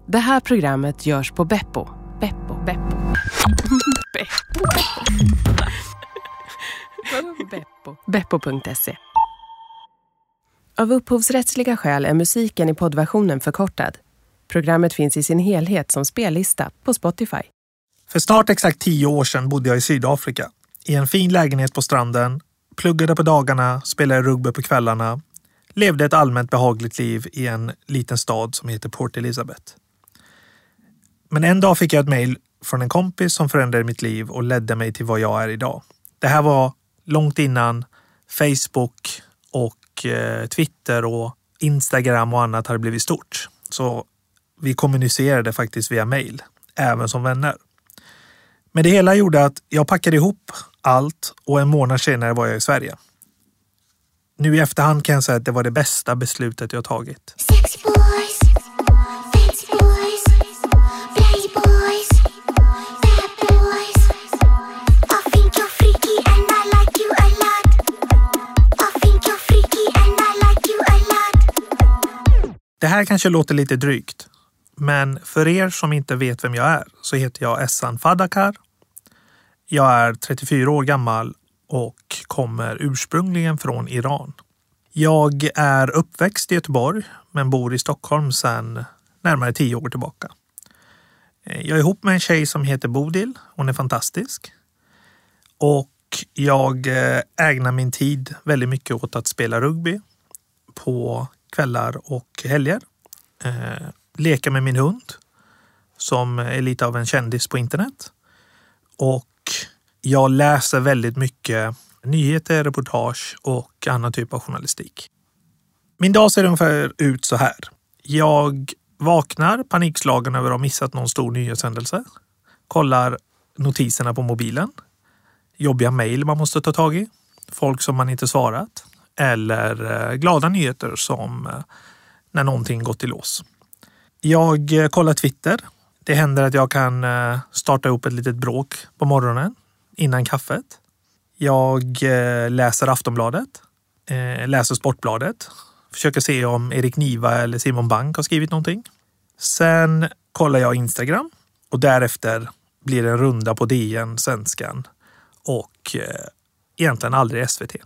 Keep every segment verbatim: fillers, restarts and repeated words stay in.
Det här programmet görs på Beppo. Beppo, Beppo. Beppo. Beppo. Beppo punkt se. Av upphovsrättsliga skäl är musiken i poddversionen förkortad. Programmet finns i sin helhet som spellista på Spotify. För snart exakt tio år sedan bodde jag i Sydafrika. I en fin lägenhet på stranden, pluggade på dagarna, spelade rugby på kvällarna. Levde ett allmänt behagligt liv i en liten stad som heter Port Elizabeth. Men en dag fick jag ett mejl från en kompis som förändrade mitt liv och ledde mig till vad jag är idag. Det här var långt innan Facebook och eh, Twitter och Instagram och annat hade blivit stort. Så vi kommunicerade faktiskt via mejl, även som vänner. Men det hela gjorde att jag packade ihop allt och en månad senare var jag i Sverige. Nu i efterhand kan jag säga att det var det bästa beslutet jag tagit. Sexy boys, fancy boys, play boys, bad boys. I think you're freaky and I like you a lot. I think you're freaky and I like you a lot. Det här kanske låter lite drygt, men för er som inte vet vem jag är så heter jag Ehsan Fadakar. Jag är trettiofyra år gammal och kommer ursprungligen från Iran. Jag är uppväxt i Göteborg men bor i Stockholm sedan närmare tio år tillbaka. Jag är ihop med en tjej som heter Bodil. Hon är fantastisk. Och jag ägnar min tid väldigt mycket åt att spela rugby på kvällar och helger. Leka med min hund som är lite av en kändis på internet. Och jag läser väldigt mycket nyheter, reportage och annan typ av journalistik. Min dag ser ungefär ut så här. Jag vaknar panikslagen över att ha missat någon stor nyhetshändelse. Kollar notiserna på mobilen. Jobbiga mejl man måste ta tag i. Folk som man inte svarat. Eller glada nyheter som när någonting gått i lås. Jag kollar Twitter. Det händer att jag kan starta upp ett litet bråk på morgonen innan kaffet. Jag läser Aftonbladet, läser Sportbladet. Försöker se om Erik Niva eller Simon Bank har skrivit någonting. Sen kollar jag Instagram och därefter blir det en runda på D N, Svenskan och egentligen aldrig S V T.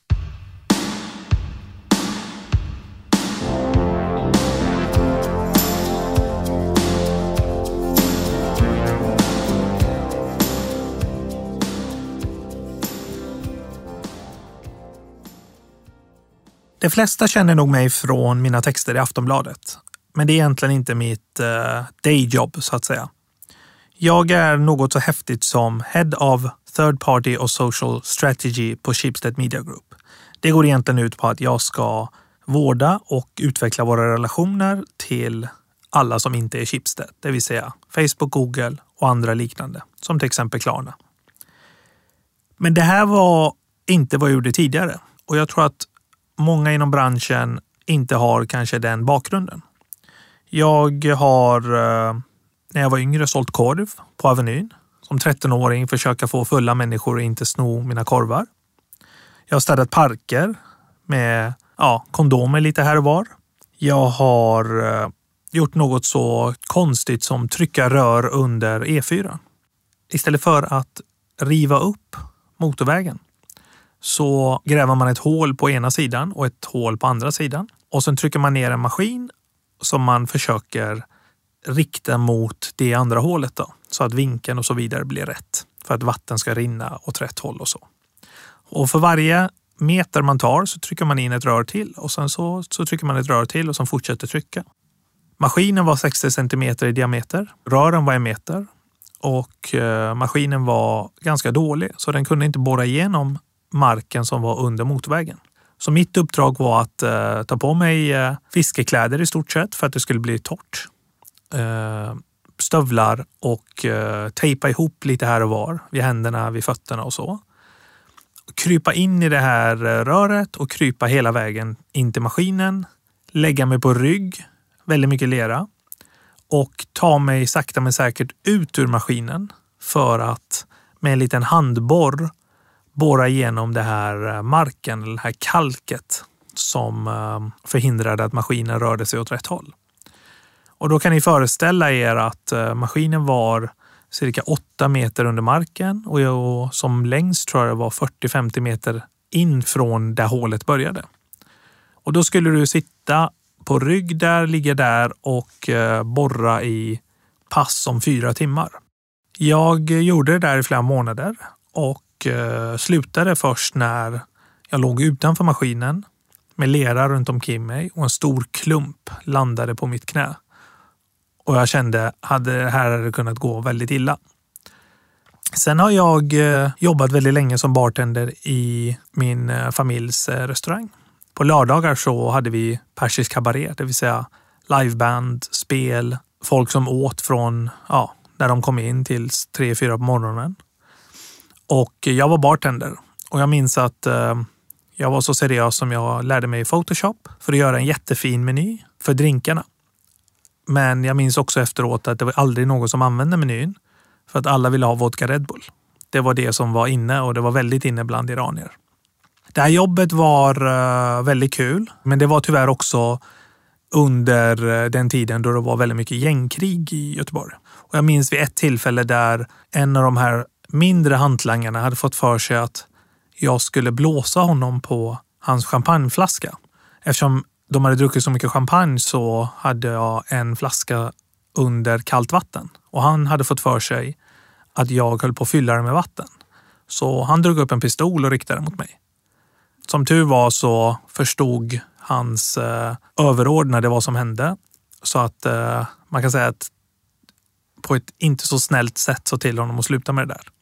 De flesta känner nog mig från mina texter i Aftonbladet. Men det är egentligen inte mitt uh, dayjob så att säga. Jag är något så häftigt som Head of Third Party och Social Strategy på Schibsted Media Group. Det går egentligen ut på att jag ska vårda och utveckla våra relationer till alla som inte är Schibsted. Det vill säga Facebook, Google och andra liknande. Som till exempel Klarna. Men det här var inte vad jag gjorde tidigare. Och jag tror att många inom branschen inte har kanske den bakgrunden. Jag har, när jag var yngre, sålt korv på Avenyn. Som trettonåring försöka få fulla människor att inte sno mina korvar. Jag har städat parker med ja, kondomer lite här och var. Jag har gjort något så konstigt som trycka rör under E fyra. Istället för att riva upp motorvägen så gräver man ett hål på ena sidan och ett hål på andra sidan. Och sen trycker man ner en maskin som man försöker rikta mot det andra hålet då. Så att vinkeln och så vidare blir rätt. För att vatten ska rinna åt rätt håll och så. Och för varje meter man tar så trycker man in ett rör till. Och sen så, så trycker man ett rör till och sen fortsätter trycka. Maskinen var sextio centimeter i diameter. Rören var en meter. Och eh, maskinen var ganska dålig. Så den kunde inte borra igenom marken som var under motorvägen. Så mitt uppdrag var att eh, ta på mig eh, fiskekläder i stort sett för att det skulle bli torrt. Eh, stövlar och eh, tejpa ihop lite här och var vid händerna, vid fötterna och så. Krypa in i det här röret och krypa hela vägen in till maskinen. Lägga mig på rygg, väldigt mycket lera. Och ta mig sakta men säkert ut ur maskinen för att med en liten handborr borra igenom det här marken, det här kalket som förhindrade att maskinen rörde sig åt rätt håll. Och då kan ni föreställa er att maskinen var cirka åtta meter under marken och jag, som längst tror jag det var fyrtio till femtio meter in från där hålet började. Och då skulle du sitta på rygg där, ligga där och borra i pass om fyra timmar. Jag gjorde det där i flera månader och slutade först när jag låg utanför maskinen med lera runt omkring mig och en stor klump landade på mitt knä. Och jag kände att det här hade kunnat gå väldigt illa. Sen har jag jobbat väldigt länge som bartender i min familjs restaurang. På lördagar så hade vi persisk kabaré, det vill säga liveband, spel, folk som åt från ja, när de kom in till tre fyra på morgonen. Och jag var bartender och jag minns att eh, jag var så seriös som jag lärde mig i Photoshop för att göra en jättefin meny för drinkarna. Men jag minns också efteråt att det var aldrig någon som använde menyn för att alla ville ha vodka Red Bull. Det var det som var inne och det var väldigt inne bland iranier. Det här jobbet var uh, väldigt kul, men det var tyvärr också under uh, den tiden då det var väldigt mycket gängkrig i Göteborg. Och jag minns vid ett tillfälle där en av de här mindre hantlangarna hade fått för sig att jag skulle blåsa honom på hans champagneflaska. Eftersom de hade druckit så mycket champagne så hade jag en flaska under kallt vatten. Och han hade fått för sig att jag höll på att fylla den med vatten. Så han drog upp en pistol och riktade mot mig. Som tur var så förstod hans eh, överordnade vad som hände. Så att eh, man kan säga att på ett inte så snällt sätt så till honom att sluta med det där.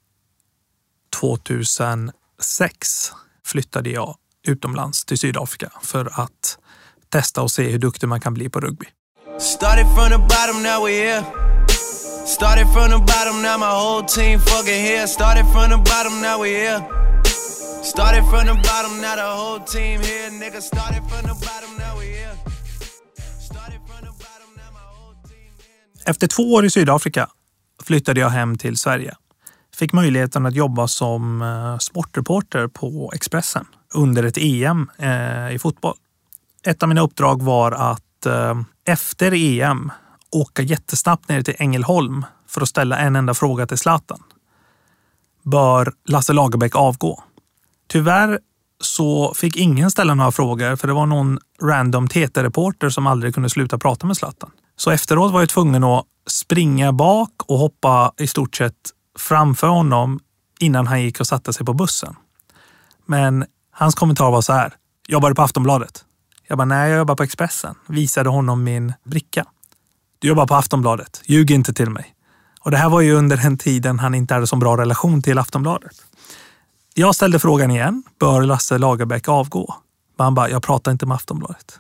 tjugohundrasex flyttade jag utomlands till Sydafrika för att testa och se hur duktig man kan bli på rugby. Started from the bottom, now we're here. Started from the bottom, now my whole team fucking here. Started from the bottom, now we're here. Started from the bottom, now the whole team here. Nigga, started from the bottom, now we're here. Started from the bottom, now my whole team here. Efter två år i Sydafrika flyttade jag hem till Sverige. Fick möjligheten att jobba som sportreporter på Expressen under ett E M eh, i fotboll. Ett av mina uppdrag var att eh, efter E M åka jättesnabbt ner till Ängelholm för att ställa en enda fråga till Zlatan. Bör Lasse Lagerbäck avgå? Tyvärr så fick ingen ställa några frågor för det var någon random T T-reporter som aldrig kunde sluta prata med Zlatan. Så efteråt var jag tvungen att springa bak och hoppa i stort sett framför honom innan han gick och satte sig på bussen. Men hans kommentar var så här: jobbar du på Aftonbladet? Jag bara, nej, jag jobbar på Expressen. Visade honom min bricka. Du jobbar på Aftonbladet, ljug inte till mig. Och det här var ju under den tiden han inte hade så bra relation till Aftonbladet. Jag ställde frågan igen, bör Lasse Lagerbäck avgå? Men han bara, jag pratar inte med Aftonbladet.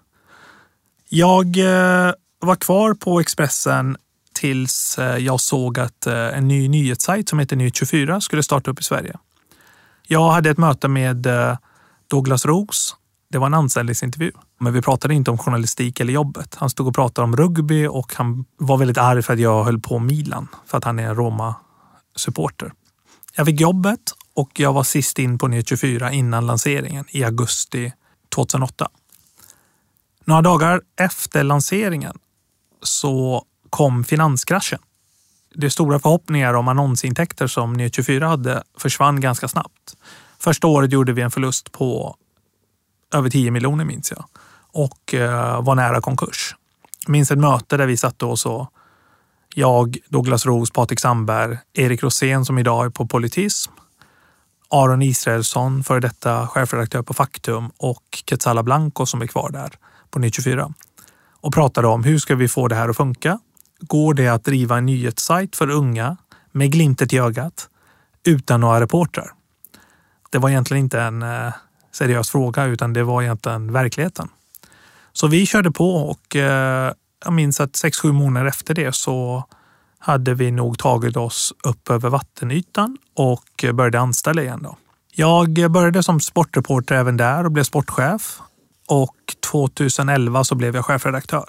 Jag eh, var kvar på Expressen tills eh, jag såg att eh, en ny nyhetssajt som heter Nyhet tjugofyra skulle starta upp i Sverige. Jag hade ett möte med eh, Douglas Roos. Det var en anställningsintervju. Men vi pratade inte om journalistik eller jobbet. Han stod och pratade om rugby och han var väldigt arg för att jag höll på Milan. För att han är en Roma-supporter. Jag fick jobbet och jag var sist in på Nyhet tjugofyra innan lanseringen i augusti tjugohundraåtta. Några dagar efter lanseringen så kom finanskraschen. De stora förhoppningar om annonsintäkter som Nyhet tjugofyra hade försvann ganska snabbt. Första året gjorde vi en förlust på över tio miljoner minns jag. Och eh, var nära konkurs. Jag minns ett möte där vi satt och så. Jag, Douglas Roos, Patrik Sandberg, Erik Rosén som idag är på Politism. Aron Israelsson, före detta chefredaktör på Faktum. Och Quetzala Blanco som är kvar där på Nyhet tjugofyra. Och pratade om hur ska vi få det här att funka. Går det att driva en nyhetssajt för unga med glimtet i ögat utan några reportrar? Det var egentligen inte en eh, seriös fråga utan det var egentligen verkligheten. Så vi körde på och eh, jag minns att sex sju månader efter det så hade vi nog tagit oss upp över vattenytan och började anställa igen då. Jag började som sportreporter även där och blev sportchef och tjugoelva så blev jag chefredaktör.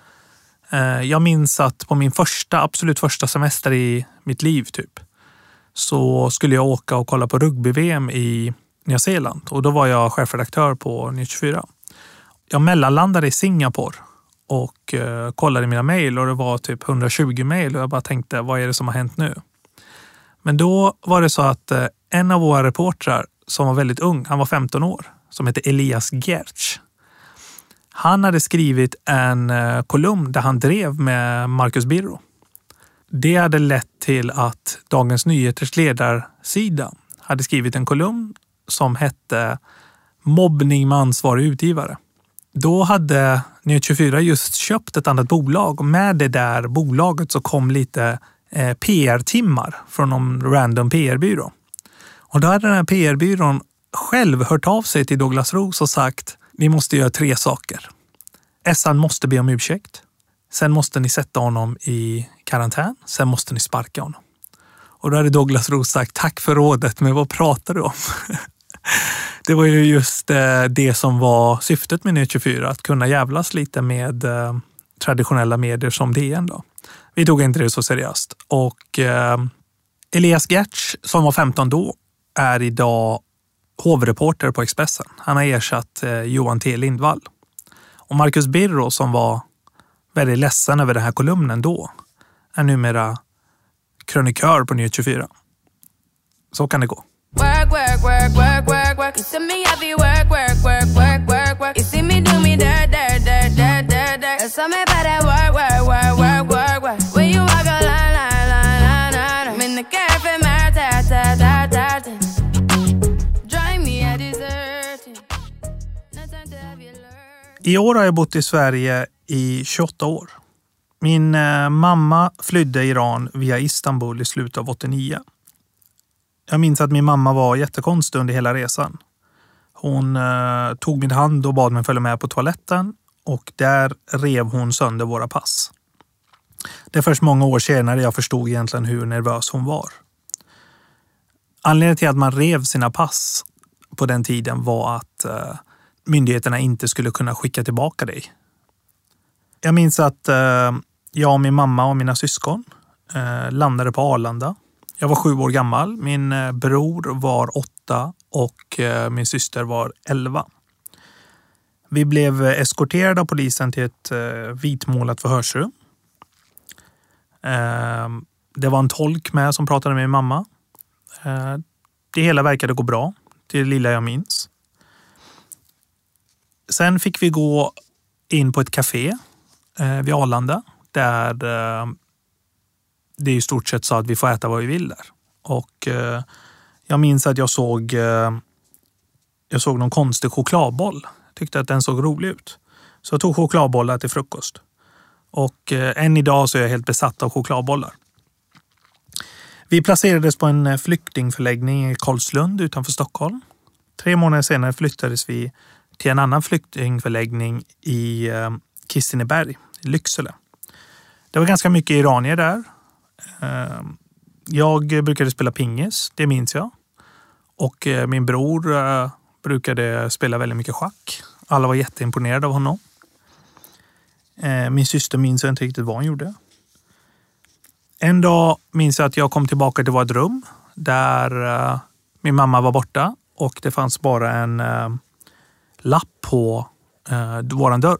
Jag minns att på min första, absolut första semester i mitt liv typ så skulle jag åka och kolla på rugby-V M i Nya Zeeland och då var jag chefredaktör på Nyhet tjugofyra. Jag mellanlandade i Singapore och eh, kollade mina mejl och det var typ hundratjugo mejl och jag bara tänkte, vad är det som har hänt nu? Men då var det så att eh, en av våra reportrar som var väldigt ung, han var femton år, som heter Elias Gertz. Han hade skrivit en eh, kolumn där han drev med Marcus Birro. Det hade lett till att Dagens Nyheters ledarsida hade skrivit en kolumn som hette Mobbning med ansvarig utgivare. Då hade Nyhet tjugofyra just köpt ett annat bolag och med det där bolaget så kom lite eh, P R-timmar från någon random P R-byrå. Och då hade den här P R-byrån själv hört av sig till Douglas Roos och sagt, ni måste göra tre saker. Essan måste be om ursäkt. Sen måste ni sätta honom i karantän. Sen måste ni sparka honom. Och då hade Douglas Roos sagt, tack för rådet, men vad pratar du om? Det var ju just det som var syftet med Nyhet tjugofyra, att kunna jävlas lite med traditionella medier som D N då. Vi tog inte det så seriöst. Och eh, Elias Gertz, som var femton då, är idag hovreporter på Expressen. Han har ersatt eh, Johan T. Lindvall. Och Marcus Birro, som var väldigt ledsen över den här kolumnen då, är numera krönikör på Nyhet tjugofyra. Så kan det gå. Work, work, work, work, work, work. You see me happy, work, work, work, work, work, work. You see me do me dirt, dirt, dirt, dirt, dirt, dirt. There's something about that work, work, work, work, work, work. When you walk a line, line, line, line, line. I'm in the cafe, my ta, ta, ta, ta, ta. Drive me a dessert. No time to have you learn. I år har jag bott i Sverige i tjugoåtta år. Min eh, mamma flydde Iran via Istanbul i slutet av åttionio. Jag minns att min mamma var jättekonstig under hela resan. Hon eh, tog min hand och bad mig följa med på toaletten och där rev hon sönder våra pass. Det är först många år senare jag förstod egentligen hur nervös hon var. Anledningen till att man rev sina pass på den tiden var att eh, myndigheterna inte skulle kunna skicka tillbaka dig. Jag minns att eh, jag och min mamma och mina syskon eh, landade på Arlanda. Jag var sju år gammal, min eh, bror var åtta och eh, min syster var elva. Vi blev eskorterade av polisen till ett eh, vitmålat förhörsrum. Eh, det var en tolk med som pratade med min mamma. Eh, det hela verkade gå bra, det lilla jag minns. Sen fick vi gå in på ett café eh, vid Arlanda där eh, det är i stort sett så att vi får äta vad vi vill där. Och eh, jag minns att jag såg eh, jag såg någon konstig chokladboll. Tyckte att den såg rolig ut. Så jag tog chokladbollar till frukost. Och eh, än idag så är jag helt besatt av chokladbollar. Vi placerades på en flyktingförläggning i Karlslund utanför Stockholm. Tre månader senare flyttades vi till en annan flyktingförläggning i eh, Kristineberg, i Lycksele. Det var ganska mycket iranier där. Eh, jag brukade spela pingis, det minns jag. Och eh, min bror eh, brukade spela väldigt mycket schack. Alla var jätteimponerade av honom. Eh, min syster minns jag inte riktigt vad hon gjorde. En dag minns jag att jag kom tillbaka till vårt rum där eh, min mamma var borta. Och det fanns bara en eh, lapp på eh, våran dörr.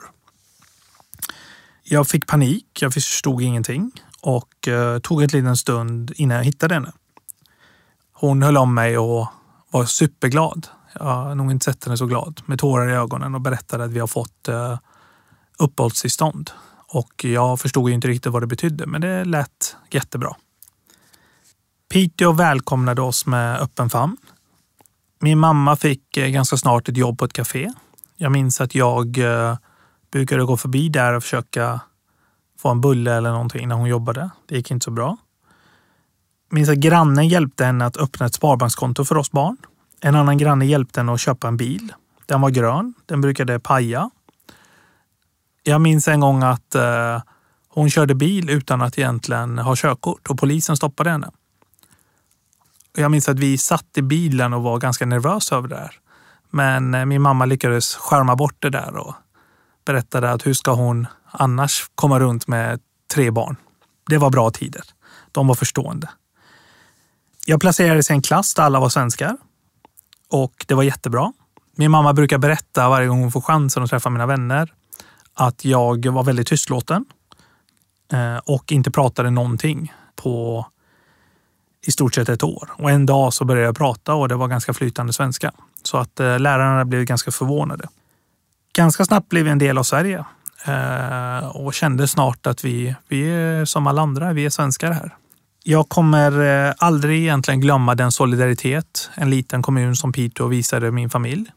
Jag fick panik, jag förstod ingenting. Och eh, tog ett liten stund innan jag hittade henne. Hon höll om mig och var superglad. Jag har nog inte sett henne så glad. Med tårar i ögonen och berättade att vi har fått eh, uppehållstillstånd. Och jag förstod inte riktigt vad det betydde. Men det lät jättebra. Piteå välkomnade oss med öppen famn. Min mamma fick ganska snart ett jobb på ett café. Jag minns att jag eh, brukade gå förbi där och försöka få en bulle eller någonting när hon jobbade. Det gick inte så bra. Jag minns att grannen hjälpte henne att öppna ett sparbankskonto för oss barn. En annan granne hjälpte henne att köpa en bil. Den var grön. Den brukade paja. Jag minns en gång att eh, hon körde bil utan att egentligen ha körkort. Och polisen stoppade henne. Jag minns att vi satt i bilen och var ganska nervösa över det här. Men eh, min mamma lyckades skärma bort det där och berättade att hur ska hon annars komma runt med tre barn. Det var bra tider. De var förstående. Jag placerades i en klass där alla var svenskar. Och det var jättebra. Min mamma brukar berätta varje gång hon får chansen att träffa mina vänner att jag var väldigt tystlåten och inte pratade någonting på i stort sett ett år. Och en dag så började jag prata och det var ganska flytande svenska. Så att lärarna blev ganska förvånade. Ganska snabbt blev vi en del av Sverige och kände snart att vi, vi är som alla andra, vi är svenskar här. Jag kommer aldrig egentligen glömma den solidaritet en liten kommun som Piteå visade min familj.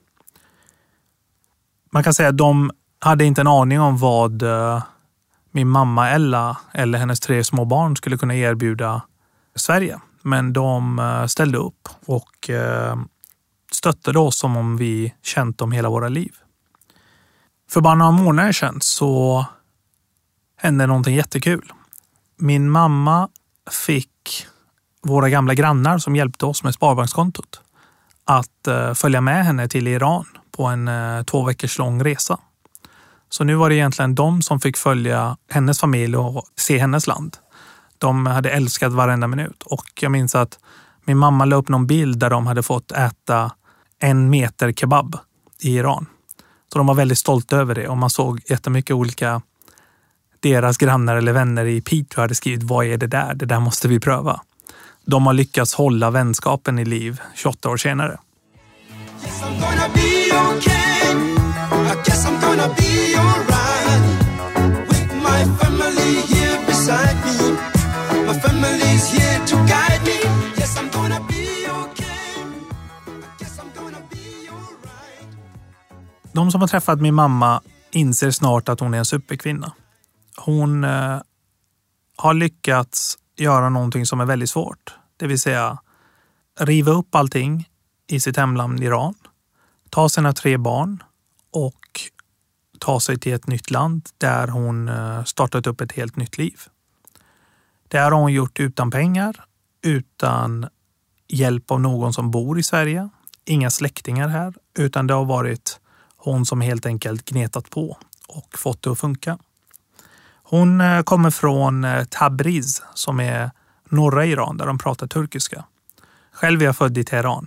Man kan säga att de hade inte en aning om vad min mamma Ella eller hennes tre små barn skulle kunna erbjuda Sverige. Men de ställde upp och stöttade oss som om vi känt dem hela våra liv. För bara några månader sedan så hände någonting jättekul. Min mamma fick våra gamla grannar som hjälpte oss med sparbankskontot att följa med henne till Iran på en två veckors lång resa. Så nu var det egentligen de som fick följa hennes familj och se hennes land. De hade älskat varenda minut. Och jag minns att min mamma la upp någon bild där de hade fått äta en meter kebab i Iran. Så de var väldigt stolta över det. Och man såg jättemycket olika, deras grannar eller vänner i Piteå hade skrivit, vad är det där? Det där måste vi pröva. De har lyckats hålla vänskapen i liv tjugoåtta år senare. Yes, I'm gonna be okay. I guess I'm gonna be alright. With my family here beside me. My family's here to guide me. Yes, I'm gonna be okay. I guess I'm gonna be alright. De som har träffat min mamma inser snart att hon är en superkvinna. Hon eh, har lyckats göra någonting som är väldigt svårt. Det vill säga riva upp allting i sitt hemland Iran. Ta sina tre barn och ta sig till ett nytt land där hon eh, startat upp ett helt nytt liv. Det har hon gjort utan pengar, utan hjälp av någon som bor i Sverige. Inga släktingar här, utan det har varit hon som helt enkelt gnetat på och fått det att funka. Hon kommer från Tabriz som är norra Iran där de pratar turkiska. Själv är jag född i Teheran.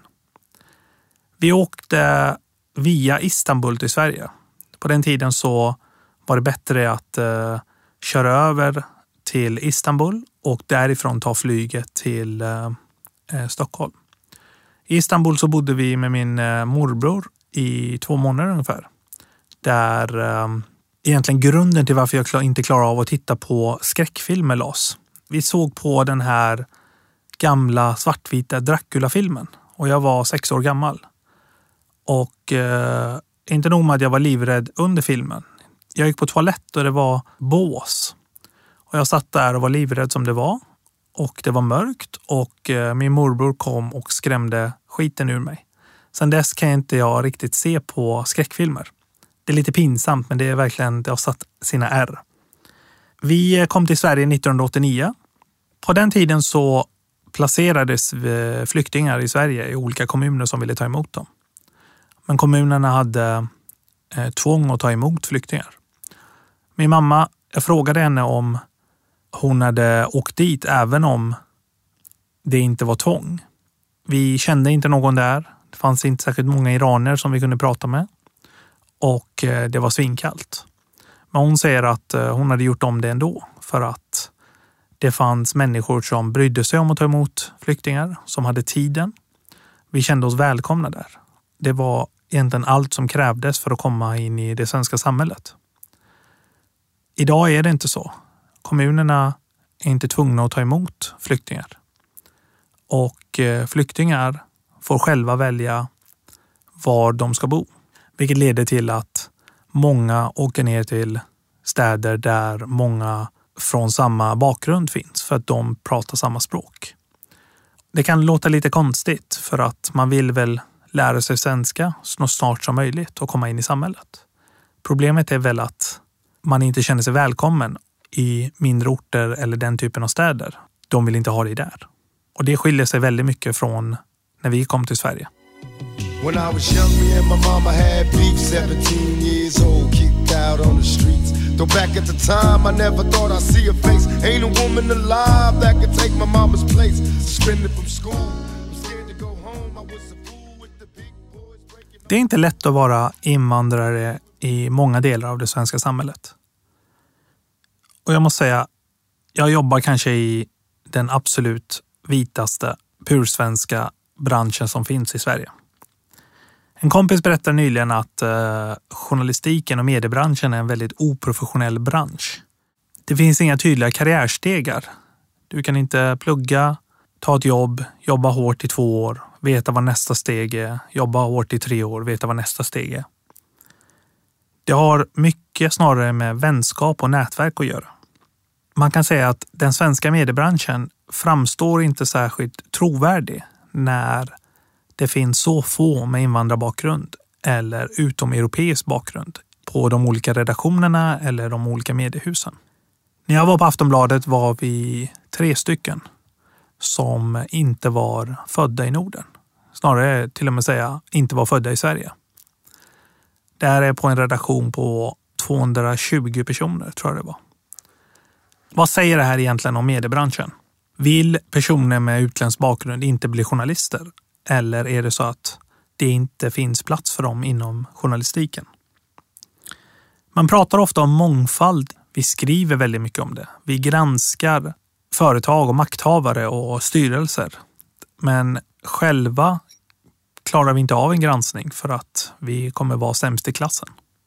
Vi åkte via Istanbul till Sverige. På den tiden så var det bättre att uh, köra över till Istanbul och därifrån ta flyget till uh, uh, Stockholm. I Istanbul så bodde vi med min uh, morbror i två månader ungefär. Där uh, egentligen grunden till varför jag klar, inte klarar av att titta på skräckfilmer lades. Vi såg på den här gamla svartvita Dracula-filmen och jag var sex år gammal. Och uh, inte nog med att jag var livrädd under filmen. Jag gick på toalett och det var bås. Och jag satt där och var livrädd som det var. Och det var mörkt och eh, min morbror kom och skrämde skiten ur mig. Sen dess kan inte jag riktigt se på skräckfilmer. Det är lite pinsamt men det är verkligen, det har satt sina ärr. Vi kom till Sverige nittonhundraåttionio. På den tiden så placerades flyktingar i Sverige i olika kommuner som ville ta emot dem. Men kommunerna hade eh, tvång att ta emot flyktingar. Min mamma, jag frågade henne om hon hade åkt dit även om det inte var tvång. Vi kände inte någon där. Det fanns inte särskilt många iraner som vi kunde prata med. Och eh, det var svinkallt. Men hon säger att eh, hon hade gjort om det ändå. För att det fanns människor som brydde sig om att ta emot flyktingar. Som hade tiden. Vi kände oss välkomna där. Det var egentligen allt som krävdes för att komma in i det svenska samhället. Idag är det inte så. Kommunerna är inte tvungna att ta emot flyktingar. Och flyktingar får själva välja var de ska bo. Vilket leder till att många åker ner till städer där många från samma bakgrund finns. För att de pratar samma språk. Det kan låta lite konstigt för att man vill väl lära sig svenska så snart som möjligt och komma in i samhället. Problemet är väl att man inte känner sig välkommen i mindre orter eller den typen av städer. De vill inte ha dig där. Och det skiljer sig väldigt mycket från när vi kom till Sverige. When I was young, me and my mama had beef, seventeen years old, kicked out on the streets. Though back at the time, I never thought I'd see a face. Ain't a woman alive that could take my mama's place. Suspended from school, I'm scared to go home. I was a fool with the big boys breaking. Det är inte lätt att vara invandrare i många delar av det svenska samhället. Och jag måste säga, jag jobbar kanske i den absolut vitaste pursvenska branschen som finns i Sverige. En kompis berättade nyligen att eh, journalistiken och mediebranschen är en väldigt oprofessionell bransch. Det finns inga tydliga karriärstegar. Du kan inte plugga, ta ett jobb, jobba hårt i två år, veta vad nästa steg är, jobba hårt i tre år, veta vad nästa steg är. Det har mycket snarare med vänskap och nätverk att göra. Man kan säga att den svenska mediebranschen framstår inte särskilt trovärdig när det finns så få med invandrarbakgrund eller utomeuropeisk bakgrund på de olika redaktionerna eller de olika mediehusen. När jag var på Aftonbladet var vi tre stycken som inte var födda i Norden. Snarare till och med säga inte var födda i Sverige. Det här är på en redaktion på tvåhundratjugo personer tror jag det var. Vad säger det här egentligen om mediebranschen? Vill personer med utländsk bakgrund inte bli journalister? Eller är det så att det inte finns plats för dem inom journalistiken? Man pratar ofta om mångfald. Vi skriver väldigt mycket om det. Vi granskar företag och makthavare och styrelser. Men själva klarar vi inte av en granskning för att vi kommer vara sämst i klassen.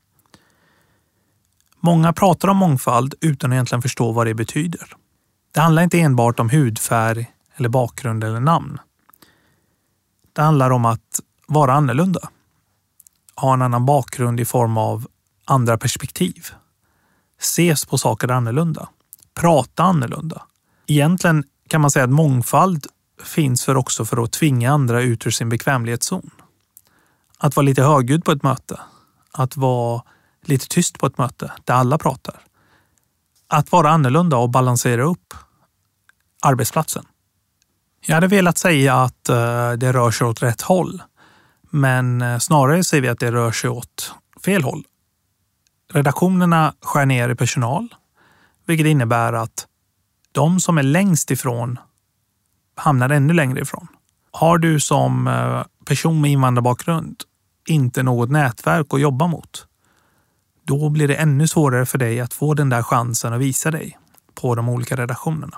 Många pratar om mångfald utan att egentligen förstå vad det betyder. Det handlar inte enbart om hudfärg eller bakgrund eller namn. Det handlar om att vara annorlunda. Ha en annan bakgrund i form av andra perspektiv. Ses på saker annorlunda. Prata annorlunda. Egentligen kan man säga att mångfald finns för också för att tvinga andra ut ur sin bekvämlighetszon. Att vara lite högljudd på ett möte. Att vara lite tyst på ett möte där alla pratar. Att vara annorlunda och balansera upp arbetsplatsen. Jag hade velat säga att det rör sig åt rätt håll. Men snarare säger vi att det rör sig åt fel håll. Redaktionerna skär ner i personal. Vilket innebär att de som är längst ifrån hamnar ännu längre ifrån. Har du som person med invandrarbakgrund inte något nätverk att jobba mot, då blir det ännu svårare för dig att få den där chansen att visa dig på de olika redaktionerna.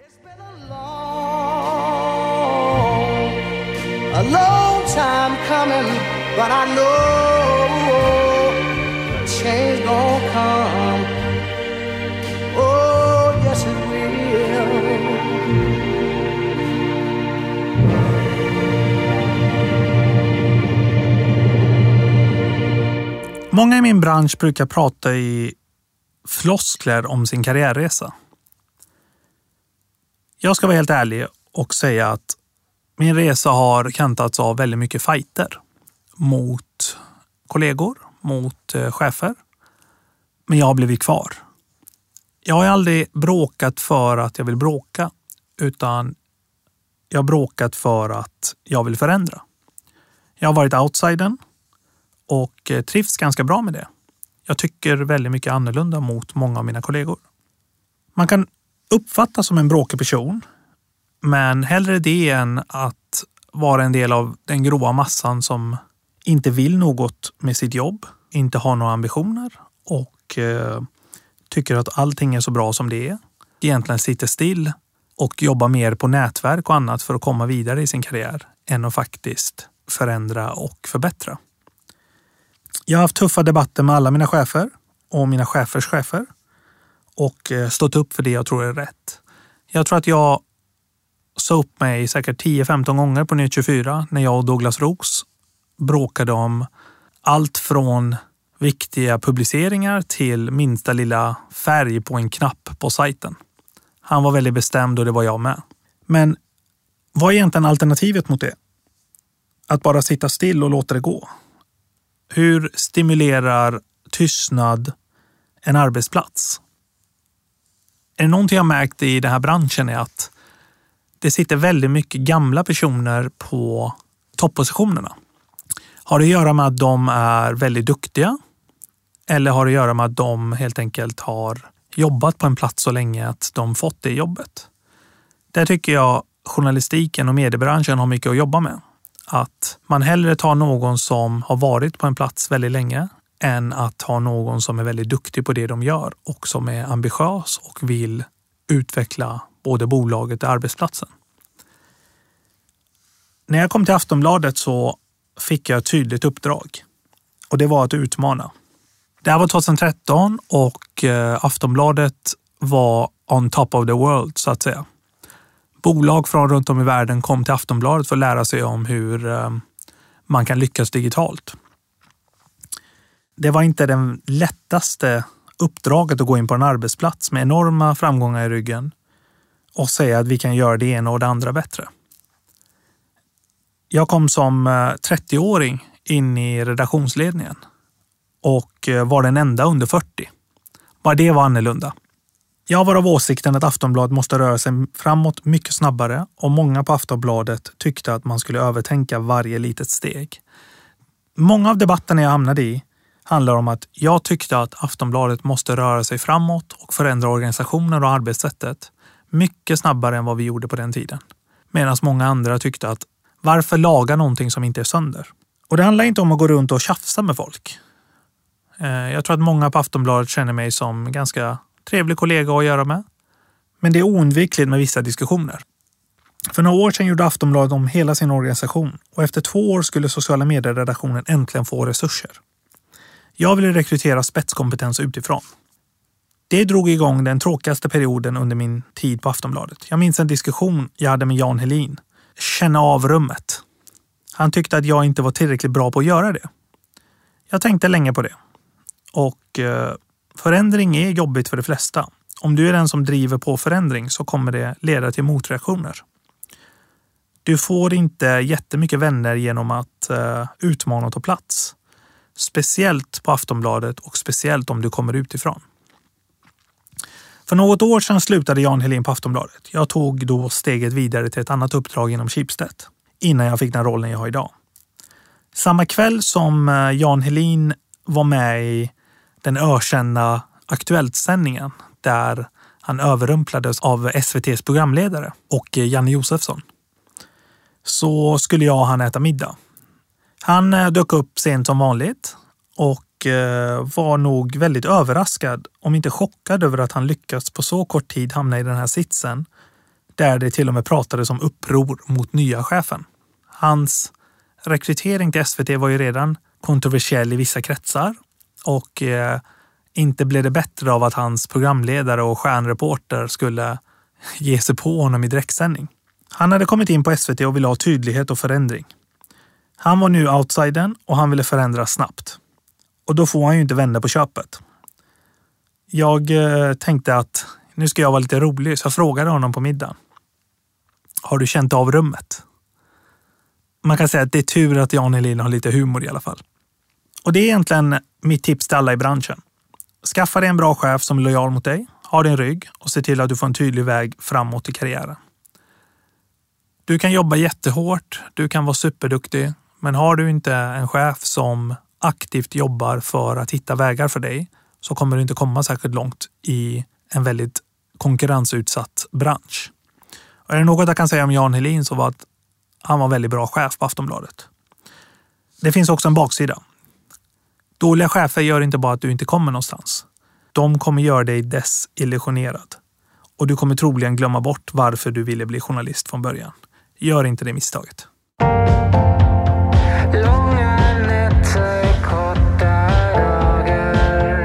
A long time coming, but I know change gon' come. Oh, yes it will. Många i min bransch brukar prata i floskler om sin karriärresa. Jag ska vara helt ärlig och säga att min resa har kantats av väldigt mycket fighter mot kollegor, mot eh, chefer. Men jag har blivit kvar. Jag har aldrig bråkat för att jag vill bråka, utan jag har bråkat för att jag vill förändra. Jag har varit outsidern och eh, trivs ganska bra med det. Jag tycker väldigt mycket annorlunda mot många av mina kollegor. Man kan uppfattas som en bråkig person, men hellre det än att vara en del av den gråa massan som inte vill något med sitt jobb, inte har några ambitioner och eh, tycker att allting är så bra som det är. Egentligen sitter still och jobbar mer på nätverk och annat för att komma vidare i sin karriär än att faktiskt förändra och förbättra. Jag har haft tuffa debatter med alla mina chefer och mina chefers chefer och eh, stått upp för det jag tror är rätt. Jag tror att jag sa upp mig säkert tio femton gånger på Nytt tjugofyra när jag och Douglas Roos bråkade om allt från viktiga publiceringar till minsta lilla färg på en knapp på sajten. Han var väldigt bestämd och det var jag med. Men vad är egentligen alternativet mot det? Att bara sitta still och låta det gå. Hur stimulerar tystnad en arbetsplats? Är det någonting jag märkt i den här branschen är att det sitter väldigt mycket gamla personer på toppositionerna. Har det att göra med att de är väldigt duktiga? Eller har det att göra med att de helt enkelt har jobbat på en plats så länge att de fått det jobbet? Där tycker jag journalistiken och mediebranschen har mycket att jobba med. Att man hellre tar någon som har varit på en plats väldigt länge än att ha någon som är väldigt duktig på det de gör och som är ambitiös och vill utveckla både bolaget och arbetsplatsen. När jag kom till Aftonbladet så fick jag ett tydligt uppdrag och det var att utmana. Det här var tjugohundratretton och Aftonbladet var on top of the world så att säga. Bolag från runt om i världen kom till Aftonbladet för att lära sig om hur man kan lyckas digitalt. Det var inte den lättaste uppdraget att gå in på en arbetsplats med enorma framgångar i ryggen och säga att vi kan göra det ena och det andra bättre. Jag kom som trettioåring in i redaktionsledningen och var den enda under fyrtio. Bara det var annorlunda. Jag var av åsikten att Aftonbladet måste röra sig framåt mycket snabbare och många på Aftonbladet tyckte att man skulle övertänka varje litet steg. Många av debatterna jag hamnade i handlar om att jag tyckte att Aftonbladet måste röra sig framåt och förändra organisationer och arbetssättet mycket snabbare än vad vi gjorde på den tiden. Medan många andra tyckte att varför laga någonting som inte är sönder? Och det handlar inte om att gå runt och tjafsa med folk. Jag tror att många på Aftonbladet känner mig som ganska trevlig kollega att göra med. Men det är oundvikligt med vissa diskussioner. För några år sedan gjorde Aftonbladet om hela sin organisation och efter två år skulle sociala medieredaktionen äntligen få resurser. Jag ville rekrytera spetskompetens utifrån. Det drog igång den tråkigaste perioden under min tid på Aftonbladet. Jag minns en diskussion jag hade med Jan Helin. Känna av rummet. Han tyckte att jag inte var tillräckligt bra på att göra det. Jag tänkte länge på det. Och eh, förändring är jobbigt för de flesta. Om du är den som driver på förändring så kommer det leda till motreaktioner. Du får inte jättemycket vänner genom att eh, utmana och ta plats. Speciellt på Aftonbladet och speciellt om du kommer utifrån. För något år sedan slutade Jan Helin på Aftonbladet. Jag tog då steget vidare till ett annat uppdrag inom Schibsted innan jag fick den rollen jag har idag. Samma kväll som Jan Helin var med i den ökända Aktuellt-sändningen där han överrumplades av S V T:s programledare och Janne Josefsson, så skulle jag och han äta middag. Han dök upp sent som vanligt och var nog väldigt överraskad, om inte chockad, över att han lyckats på så kort tid hamna i den här sitsen där det till och med pratades om uppror mot nya chefen. Hans rekrytering till S V T var ju redan kontroversiell i vissa kretsar och eh, inte blev det bättre av att hans programledare och stjärnreporter skulle ge sig på honom i direktsändning. Han hade kommit in på S V T och ville ha tydlighet och förändring. Han var nu outsidern och han ville förändra snabbt. Och då får han ju inte vända på köpet. Jag eh, tänkte att nu ska jag vara lite rolig, så jag frågade honom på middagen. Har du känt av rummet? Man kan säga att det är tur att Jan Helin har lite humor i alla fall. Och det är egentligen mitt tips till alla i branschen. Skaffa dig en bra chef som är lojal mot dig, ha din rygg och se till att du får en tydlig väg framåt i karriären. Du kan jobba jättehårt, du kan vara superduktig, men har du inte en chef som aktivt jobbar för att hitta vägar för dig så kommer du inte komma särskilt långt i en väldigt konkurrensutsatt bransch. Och är det något jag kan säga om Jan Helin så var att han var en väldigt bra chef på Aftonbladet. Det finns också en baksida. Dåliga chefer gör inte bara att du inte kommer någonstans. De kommer göra dig desillusionerad. Och du kommer troligen glömma bort varför du ville bli journalist från början. Gör inte det misstaget. Långa nätter, korta dagar.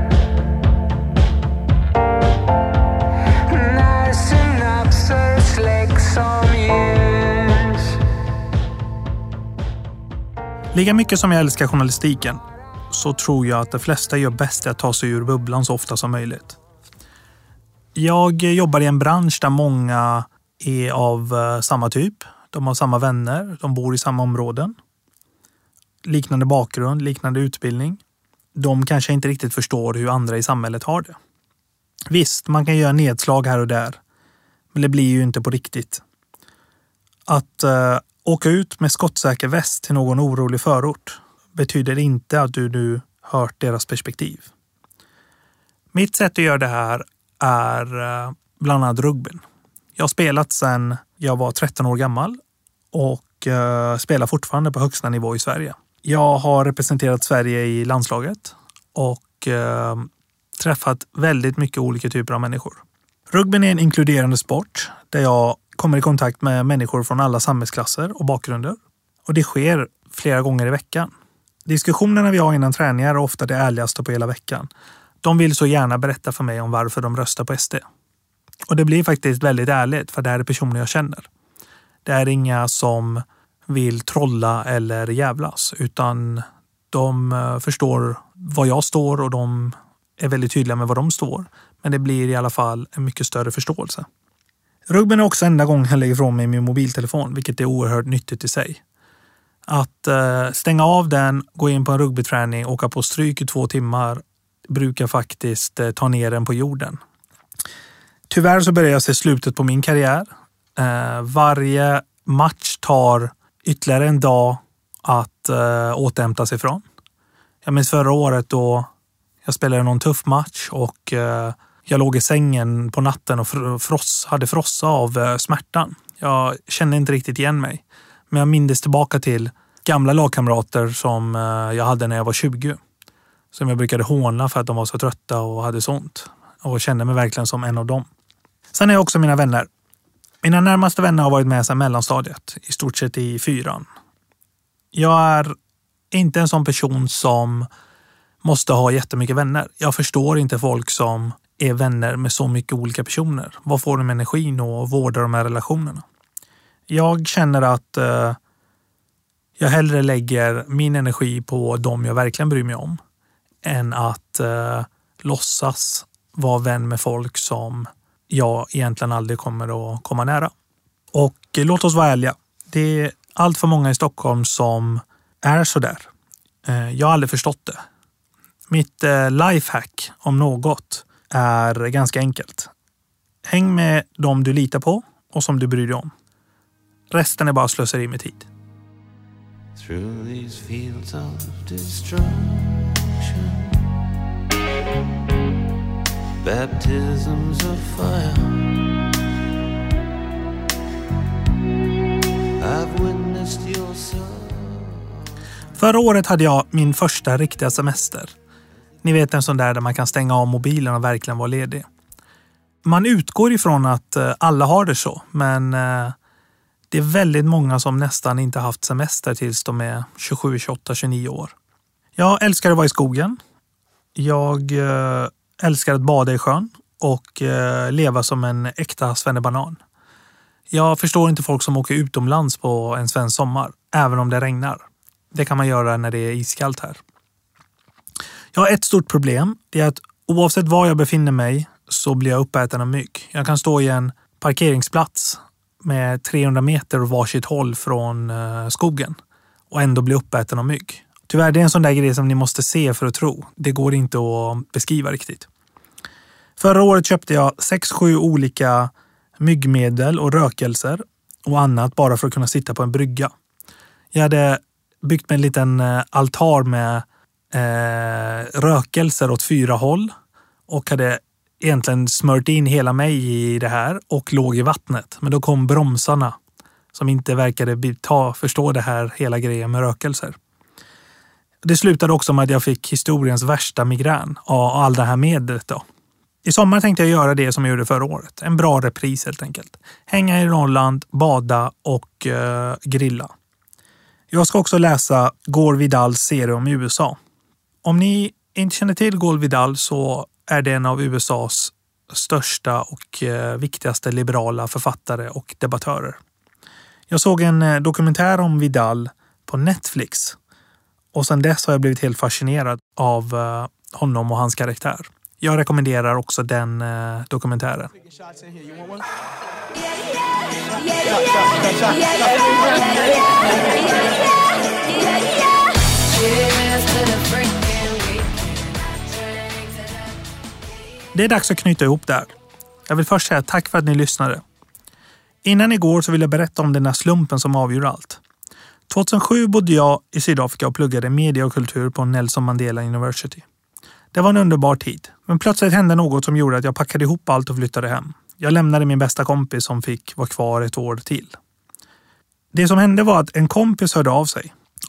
När synapser släcks som ljus. Lika mycket som jag älskar journalistiken så tror jag att de flesta gör bäst att ta sig ur bubblan så ofta som möjligt. Jag jobbar i en bransch där många är av samma typ. De har samma vänner, de bor i samma områden. Liknande bakgrund, liknande utbildning. De kanske inte riktigt förstår hur andra i samhället har det. Visst, man kan göra nedslag här och där. Men det blir ju inte på riktigt. Att uh, åka ut med skottsäker väst till någon orolig förort betyder inte att du nu hört deras perspektiv. Mitt sätt att göra det här är uh, bland annat rugbyn. Jag har spelat sedan jag var tretton år gammal och uh, spelar fortfarande på högsta nivå i Sverige. Jag har representerat Sverige i landslaget och eh, träffat väldigt mycket olika typer av människor. Rugbyn är en inkluderande sport där jag kommer i kontakt med människor från alla samhällsklasser och bakgrunder. Och det sker flera gånger i veckan. Diskussionerna vi har innan träningar är ofta det ärligaste på hela veckan. De vill så gärna berätta för mig om varför de röstar på S D. Och det blir faktiskt väldigt ärligt för det här är personer jag känner. Det är inga som vill trolla eller jävlas utan de förstår vad jag står och de är väldigt tydliga med vad de står. Men det blir i alla fall en mycket större förståelse. Rugbyn är också enda gången jag lägger ifrån mig min mobiltelefon, vilket är oerhört nyttigt i sig. Att eh, stänga av den, gå in på en rugbyträning, åka på stryk i två timmar brukar faktiskt eh, ta ner den på jorden. Tyvärr så börjar jag se slutet på min karriär. Eh, varje match tar ytterligare en dag att eh, återhämta sig från. Jag minns förra året då jag spelade någon tuff match och eh, jag låg i sängen på natten och fross, hade frossa av eh, smärtan. Jag kände inte riktigt igen mig. Men jag minns tillbaka till gamla lagkamrater som eh, jag hade när jag var tjugo. Som jag brukade håna för att de var så trötta och hade sånt. Och kände mig verkligen som en av dem. Sen är jag också mina vänner. Mina närmaste vänner har varit med sedan mellanstadiet. I stort sett i fyran. Jag är inte en sån person som måste ha jättemycket vänner. Jag förstår inte folk som är vänner med så mycket olika personer. Vad får de energin och vårdar de här relationerna? Jag känner att eh, jag hellre lägger min energi på dem jag verkligen bryr mig om än att eh, låtsas vara vän med folk som jag egentligen aldrig kommer att komma nära. Och eh, låt oss vara ärliga. Det är allt för många i Stockholm som är så där. Eh, jag har aldrig förstått det. Mitt eh, lifehack om något är ganska enkelt. Häng med dem du litar på och som du bryr dig om. Resten är bara slöseri med tid. Through these fields of destruction, baptisms of fire, I've witnessed your soul. Förra året hade jag min första riktiga semester. Ni vet en sån där där man kan stänga av mobilen och verkligen vara ledig. Man utgår ifrån att alla har det så, men det är väldigt många som nästan inte haft semester tills de är tjugosju, tjugoåtta, tjugonio år. Jag älskar att vara i skogen. Jag älskar att bada i sjön och leva som en äkta svennebanan. Jag förstår inte folk som åker utomlands på en svensk sommar, även om det regnar. Det kan man göra när det är iskallt här. Jag har ett stort problem. Det är att oavsett var jag befinner mig så blir jag uppäten av mygg. Jag kan stå i en parkeringsplats med trehundra meter och varsitt håll från eh, skogen och ändå bli uppäten av mygg. Tyvärr, det är en sån där grej som ni måste se för att tro. Det går inte att beskriva riktigt. Förra året köpte jag sex sju olika myggmedel och rökelser och annat bara för att kunna sitta på en brygga. Jag hade byggt med en liten altar med eh, rökelser åt fyra håll och hade egentligen smört in hela mig i det här och låg i vattnet. Men då kom bromsarna som inte verkade ta, förstå det här hela grejen med rökelser. Det slutade också med att jag fick historiens värsta migrän av all det här medlet då. I sommar tänkte jag göra det som jag gjorde förra året. En bra repris helt enkelt. Hänga i Norrland, bada och eh, grilla. Jag ska också läsa Gore Vidals serie om U S A. Om ni inte känner till Gore Vidal så är det en av U S A:s största och eh, viktigaste liberala författare och debattörer. Jag såg en eh, dokumentär om Vidal på Netflix och sedan dess har jag blivit helt fascinerad av eh, honom och hans karaktär. Jag rekommenderar också den eh, dokumentären. Det är dags att knyta ihop där. Jag vill först säga tack för att ni lyssnade. Innan igår så vill jag berätta om den här slumpen som avgör allt. tjugohundrasju bodde jag i Sydafrika och pluggade media och kultur på Nelson Mandela University. Det var en underbar tid, men plötsligt hände något som gjorde att jag packade ihop allt och flyttade hem. Jag lämnade min bästa kompis som fick vara kvar ett år till. Det som hände var att en kompis hörde av sig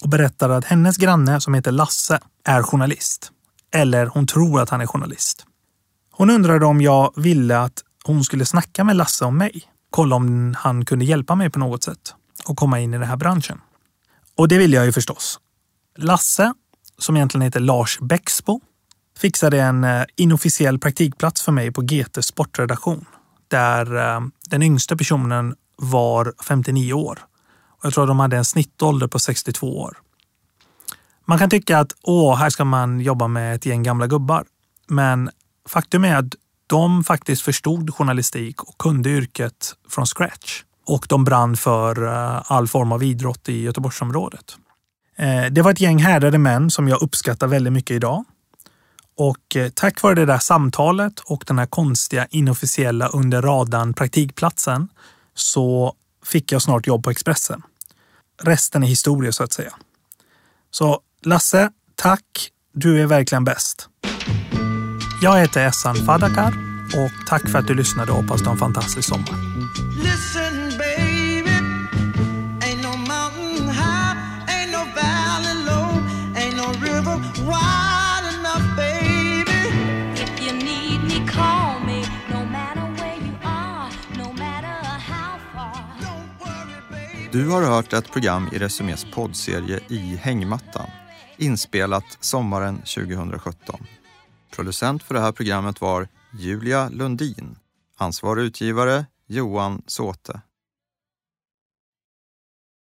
och berättar att hennes granne som heter Lasse är journalist. Eller hon tror att han är journalist. Hon undrade om jag ville att hon skulle snacka med Lasse om mig. Kolla om han kunde hjälpa mig på något sätt och komma in i den här branschen. Och det ville jag ju förstås. Lasse, som egentligen heter Lars Bäcksbo, fixade en inofficiell praktikplats för mig på G T sportredaktion. Där den yngsta personen var femtionio år. Och jag tror att de hade en snittålder på sextiotvå år. Man kan tycka att åh, här ska man jobba med ett gäng gamla gubbar. Men faktum är att de faktiskt förstod journalistik och kunde yrket från scratch. Och de brann för all form av idrott i Göteborgsområdet. Det var ett gäng härdade män som jag uppskattar väldigt mycket idag. Och tack vare det där samtalet och den här konstiga inofficiella under radarn praktikplatsen så fick jag snart jobb på Expressen. Resten är historia så att säga. Så Lasse, tack. Du är verkligen bäst. Jag heter Essan Fadakar och tack för att du lyssnade och hoppas du har en fantastisk sommar. Listen, baby, ain't no mountain high, ain't no valley low, ain't no river wide enough, baby. If you need me, call me. No matter where you are, no matter how far. Don't worry, baby. Du har hört ett program i Resumés poddserie I hängmattan, inspelat sommaren tjugohundrasjutton. Producent för det här programmet var Julia Lundin. Ansvarig utgivare Johan Såte.